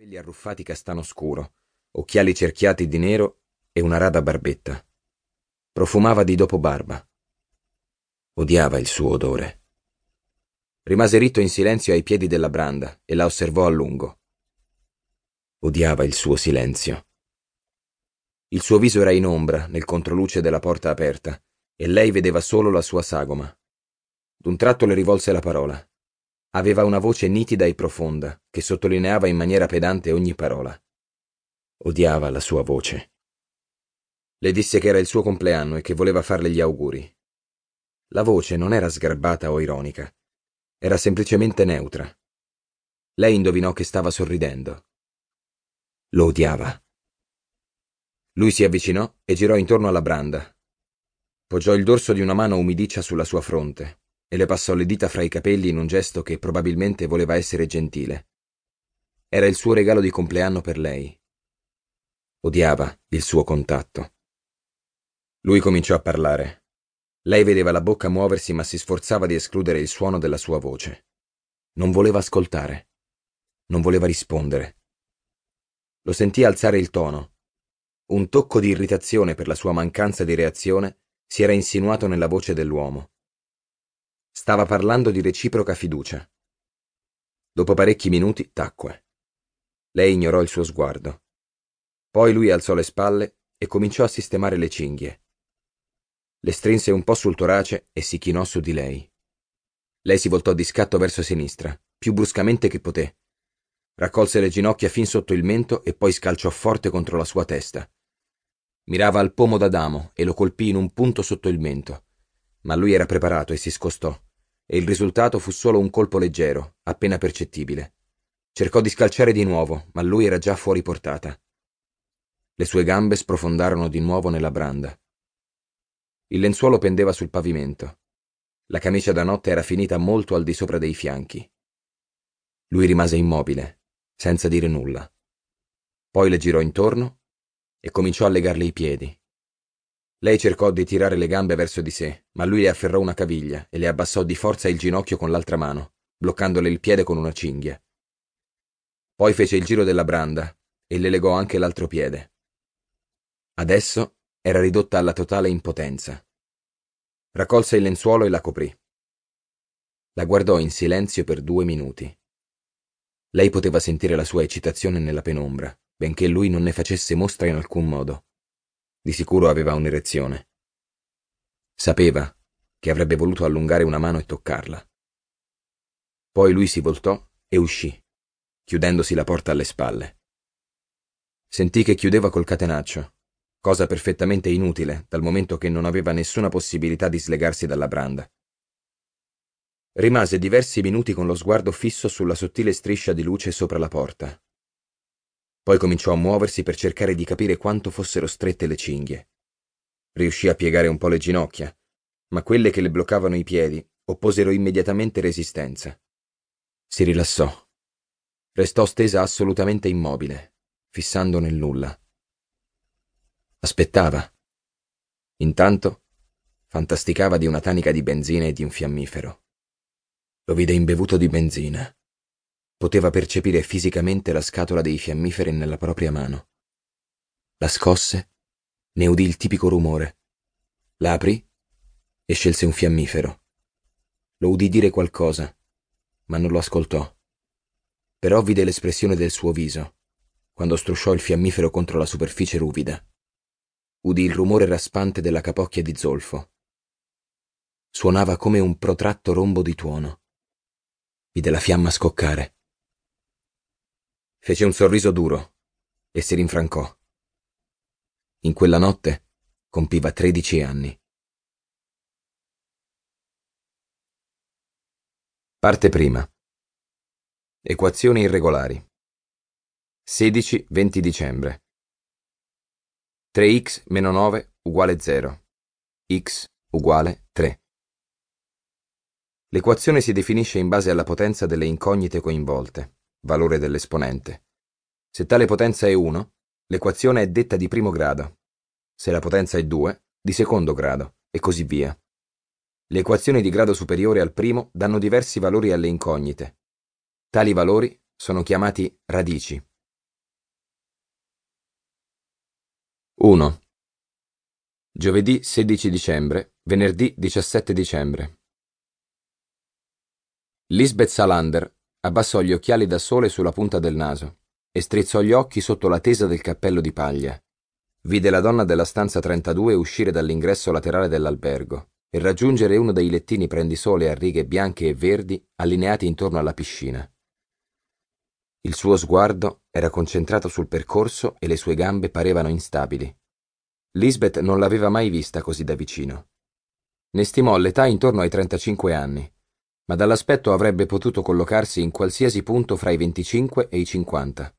capelli arruffati castano scuro, occhiali cerchiati di nero e una rada barbetta. Profumava di dopobarba. Odiava il suo odore. Rimase ritto in silenzio ai piedi della branda e la osservò a lungo. Odiava il suo silenzio. Il suo viso era in ombra nel controluce della porta aperta e lei vedeva solo la sua sagoma. D'un tratto le rivolse la parola. Aveva una voce nitida e profonda che sottolineava in maniera pedante ogni parola. Odiava la sua voce. Le disse che era il suo compleanno e che voleva farle gli auguri. La voce non era sgarbata o ironica, era semplicemente neutra. Lei indovinò che stava sorridendo. Lo odiava. Lui si avvicinò e girò intorno alla branda. Poggiò il dorso di una mano umidiccia sulla sua fronte e le passò le dita fra i capelli in un gesto che probabilmente voleva essere gentile. Era il suo regalo di compleanno per lei. Odiava il suo contatto. Lui cominciò a parlare. Lei vedeva la bocca muoversi ma si sforzava di escludere il suono della sua voce. Non voleva ascoltare. Non voleva rispondere. Lo sentì alzare il tono. Un tocco di irritazione per la sua mancanza di reazione si era insinuato nella voce dell'uomo. Stava parlando di reciproca fiducia. Dopo parecchi minuti tacque. Lei ignorò il suo sguardo. Poi lui alzò le spalle e cominciò a sistemare le cinghie. Le strinse un po' sul torace e si chinò su di lei. Lei si voltò di scatto verso sinistra, più bruscamente che poté. Raccolse le ginocchia fin sotto il mento e poi scalciò forte contro la sua testa. Mirava al pomo d'Adamo e lo colpì in un punto sotto il mento. Ma lui era preparato e si scostò, e il risultato fu solo un colpo leggero, appena percettibile. Cercò di scalciare di nuovo, ma lui era già fuori portata. Le sue gambe sprofondarono di nuovo nella branda. Il lenzuolo pendeva sul pavimento. La camicia da notte era finita molto al di sopra dei fianchi. Lui rimase immobile, senza dire nulla. Poi le girò intorno e cominciò a legarle i piedi. Lei cercò di tirare le gambe verso di sé, ma lui le afferrò una caviglia e le abbassò di forza il ginocchio con l'altra mano, bloccandole il piede con una cinghia. Poi fece il giro della branda e le legò anche l'altro piede. Adesso era ridotta alla totale impotenza. Raccolse il lenzuolo e la coprì. La guardò in silenzio per 2 minuti. Lei poteva sentire la sua eccitazione nella penombra, benché lui non ne facesse mostra in alcun modo. Di sicuro aveva un'erezione. Sapeva che avrebbe voluto allungare una mano e toccarla. Poi lui si voltò e uscì, chiudendosi la porta alle spalle. Sentì che chiudeva col catenaccio, cosa perfettamente inutile dal momento che non aveva nessuna possibilità di slegarsi dalla branda. Rimase diversi minuti con lo sguardo fisso sulla sottile striscia di luce sopra la porta. Poi cominciò a muoversi per cercare di capire quanto fossero strette le cinghie. Riuscì a piegare un po' le ginocchia, ma quelle che le bloccavano i piedi opposero immediatamente resistenza. Si rilassò. Restò stesa assolutamente immobile, fissando nel nulla. Aspettava. Intanto fantasticava di una tanica di benzina e di un fiammifero. Lo vide imbevuto di benzina. Poteva percepire fisicamente la scatola dei fiammiferi nella propria mano. La scosse, ne udì il tipico rumore. La aprì e scelse un fiammifero. Lo udì dire qualcosa, ma non lo ascoltò. Però vide l'espressione del suo viso, quando strusciò il fiammifero contro la superficie ruvida. Udì il rumore raspante della capocchia di zolfo. Suonava come un protratto rombo di tuono. Vide la fiamma scoccare. Fece un sorriso duro e si rinfrancò. In quella notte compiva 13 anni. Parte prima. Equazioni irregolari. 16-20 dicembre. 3x meno 9 uguale 0. X uguale 3. L'equazione si definisce in base alla potenza delle incognite coinvolte, valore dell'esponente. Se tale potenza è 1, l'equazione è detta di primo grado. Se la potenza è 2, di secondo grado, e così via. Le equazioni di grado superiore al primo danno diversi valori alle incognite. Tali valori sono chiamati radici. 1. Giovedì 16 dicembre, venerdì 17 dicembre. Lisbeth Salander abbassò gli occhiali da sole sulla punta del naso e strizzò gli occhi sotto la tesa del cappello di paglia. Vide la donna della stanza 32 uscire dall'ingresso laterale dell'albergo e raggiungere uno dei lettini prendisole a righe bianche e verdi allineati intorno alla piscina. Il suo sguardo era concentrato sul percorso e le sue gambe parevano instabili. Lisbeth non l'aveva mai vista così da vicino. Ne stimò l'età intorno ai 35 anni, ma dall'aspetto avrebbe potuto collocarsi in qualsiasi punto fra i 25 e i 50.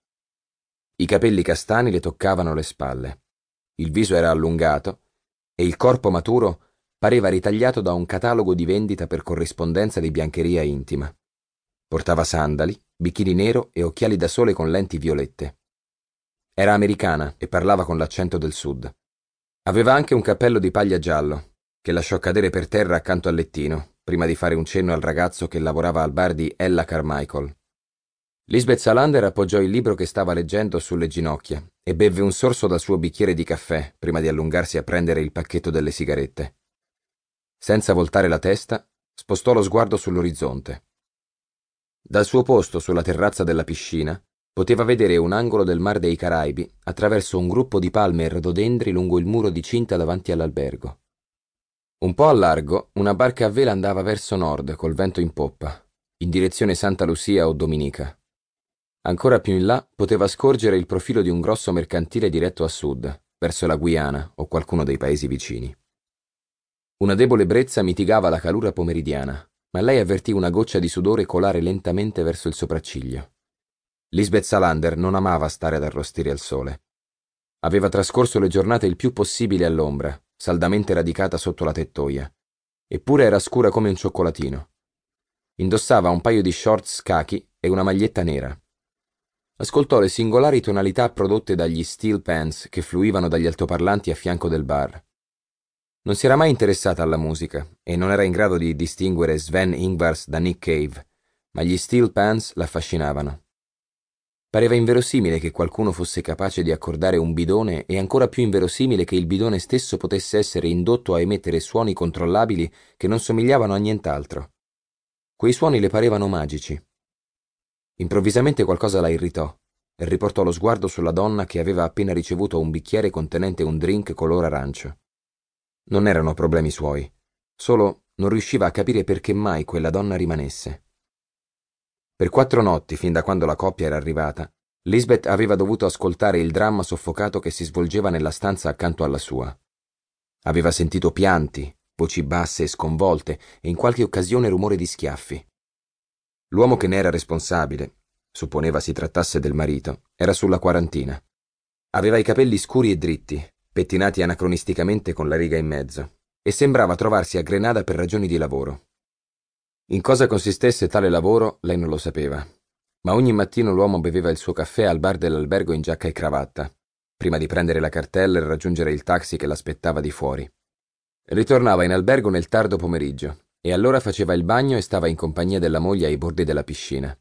I capelli castani le toccavano le spalle. Il viso era allungato e il corpo maturo pareva ritagliato da un catalogo di vendita per corrispondenza di biancheria intima. Portava sandali, bikini nero e occhiali da sole con lenti violette. Era americana e parlava con l'accento del sud. Aveva anche un cappello di paglia giallo, che lasciò cadere per terra accanto al lettino, prima di fare un cenno al ragazzo che lavorava al bar di Ella Carmichael. Lisbeth Salander appoggiò il libro che stava leggendo sulle ginocchia e bevve un sorso dal suo bicchiere di caffè prima di allungarsi a prendere il pacchetto delle sigarette. Senza voltare la testa, spostò lo sguardo sull'orizzonte. Dal suo posto sulla terrazza della piscina poteva vedere un angolo del Mar dei Caraibi attraverso un gruppo di palme e rododendri lungo il muro di cinta davanti all'albergo. Un po' a largo, una barca a vela andava verso nord col vento in poppa, in direzione Santa Lucia o Dominica. Ancora più in là poteva scorgere il profilo di un grosso mercantile diretto a sud, verso la Guyana o qualcuno dei paesi vicini. Una debole brezza mitigava la calura pomeridiana, ma lei avvertì una goccia di sudore colare lentamente verso il sopracciglio. Lisbeth Salander non amava stare ad arrostire al sole. Aveva trascorso le giornate il più possibile all'ombra, saldamente radicata sotto la tettoia, eppure era scura come un cioccolatino. Indossava un paio di shorts cachi e una maglietta nera. Ascoltò le singolari tonalità prodotte dagli steel pans che fluivano dagli altoparlanti a fianco del bar. Non si era mai interessata alla musica e non era in grado di distinguere Sven Ingvars da Nick Cave, ma gli steel pans l'affascinavano. Pareva inverosimile che qualcuno fosse capace di accordare un bidone e ancora più inverosimile che il bidone stesso potesse essere indotto a emettere suoni controllabili che non somigliavano a nient'altro. Quei suoni le parevano magici. Improvvisamente qualcosa la irritò e riportò lo sguardo sulla donna che aveva appena ricevuto un bicchiere contenente un drink color arancio. Non erano problemi suoi, solo non riusciva a capire perché mai quella donna rimanesse. Per 4 notti, fin da quando la coppia era arrivata, Lisbeth aveva dovuto ascoltare il dramma soffocato che si svolgeva nella stanza accanto alla sua. Aveva sentito pianti, voci basse e sconvolte e in qualche occasione rumore di schiaffi. L'uomo che ne era responsabile, supponeva si trattasse del marito, era sulla quarantina. Aveva i capelli scuri e dritti, pettinati anacronisticamente con la riga in mezzo, e sembrava trovarsi a Grenada per ragioni di lavoro. In cosa consistesse tale lavoro lei non lo sapeva, ma ogni mattino l'uomo beveva il suo caffè al bar dell'albergo in giacca e cravatta, prima di prendere la cartella e raggiungere il taxi che l'aspettava di fuori. Ritornava in albergo nel tardo pomeriggio, e allora faceva il bagno e stava in compagnia della moglie ai bordi della piscina.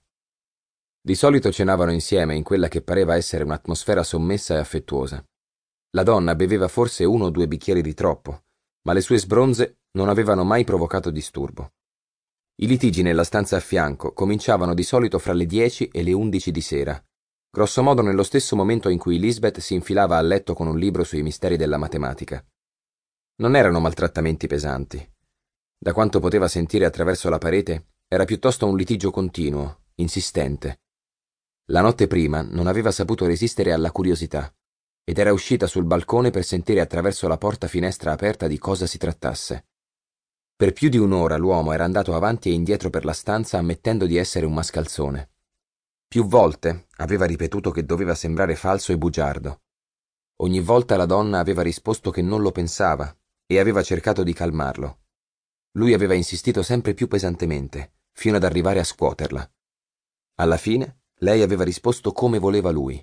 Di solito cenavano insieme in quella che pareva essere un'atmosfera sommessa e affettuosa. La donna beveva forse 1 o 2 bicchieri di troppo, ma le sue sbronze non avevano mai provocato disturbo. I litigi nella stanza a fianco cominciavano di solito fra le 10 e le 11 di sera, grossomodo nello stesso momento in cui Lisbeth si infilava a letto con un libro sui misteri della matematica. Non erano maltrattamenti pesanti. Da quanto poteva sentire attraverso la parete, era piuttosto un litigio continuo, insistente. La notte prima non aveva saputo resistere alla curiosità ed era uscita sul balcone per sentire attraverso la porta-finestra aperta di cosa si trattasse. Per più di un'ora l'uomo era andato avanti e indietro per la stanza ammettendo di essere un mascalzone. Più volte aveva ripetuto che doveva sembrare falso e bugiardo. Ogni volta la donna aveva risposto che non lo pensava e aveva cercato di calmarlo. Lui aveva insistito sempre più pesantemente, fino ad arrivare a scuoterla. Alla fine lei aveva risposto come voleva lui.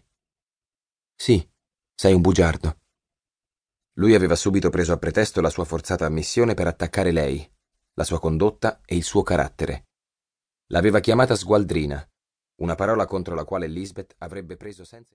«Sì, sei un bugiardo». Lui aveva subito preso a pretesto la sua forzata ammissione per attaccare lei, la sua condotta e il suo carattere. L'aveva chiamata sgualdrina, una parola contro la quale Lisbeth avrebbe preso senza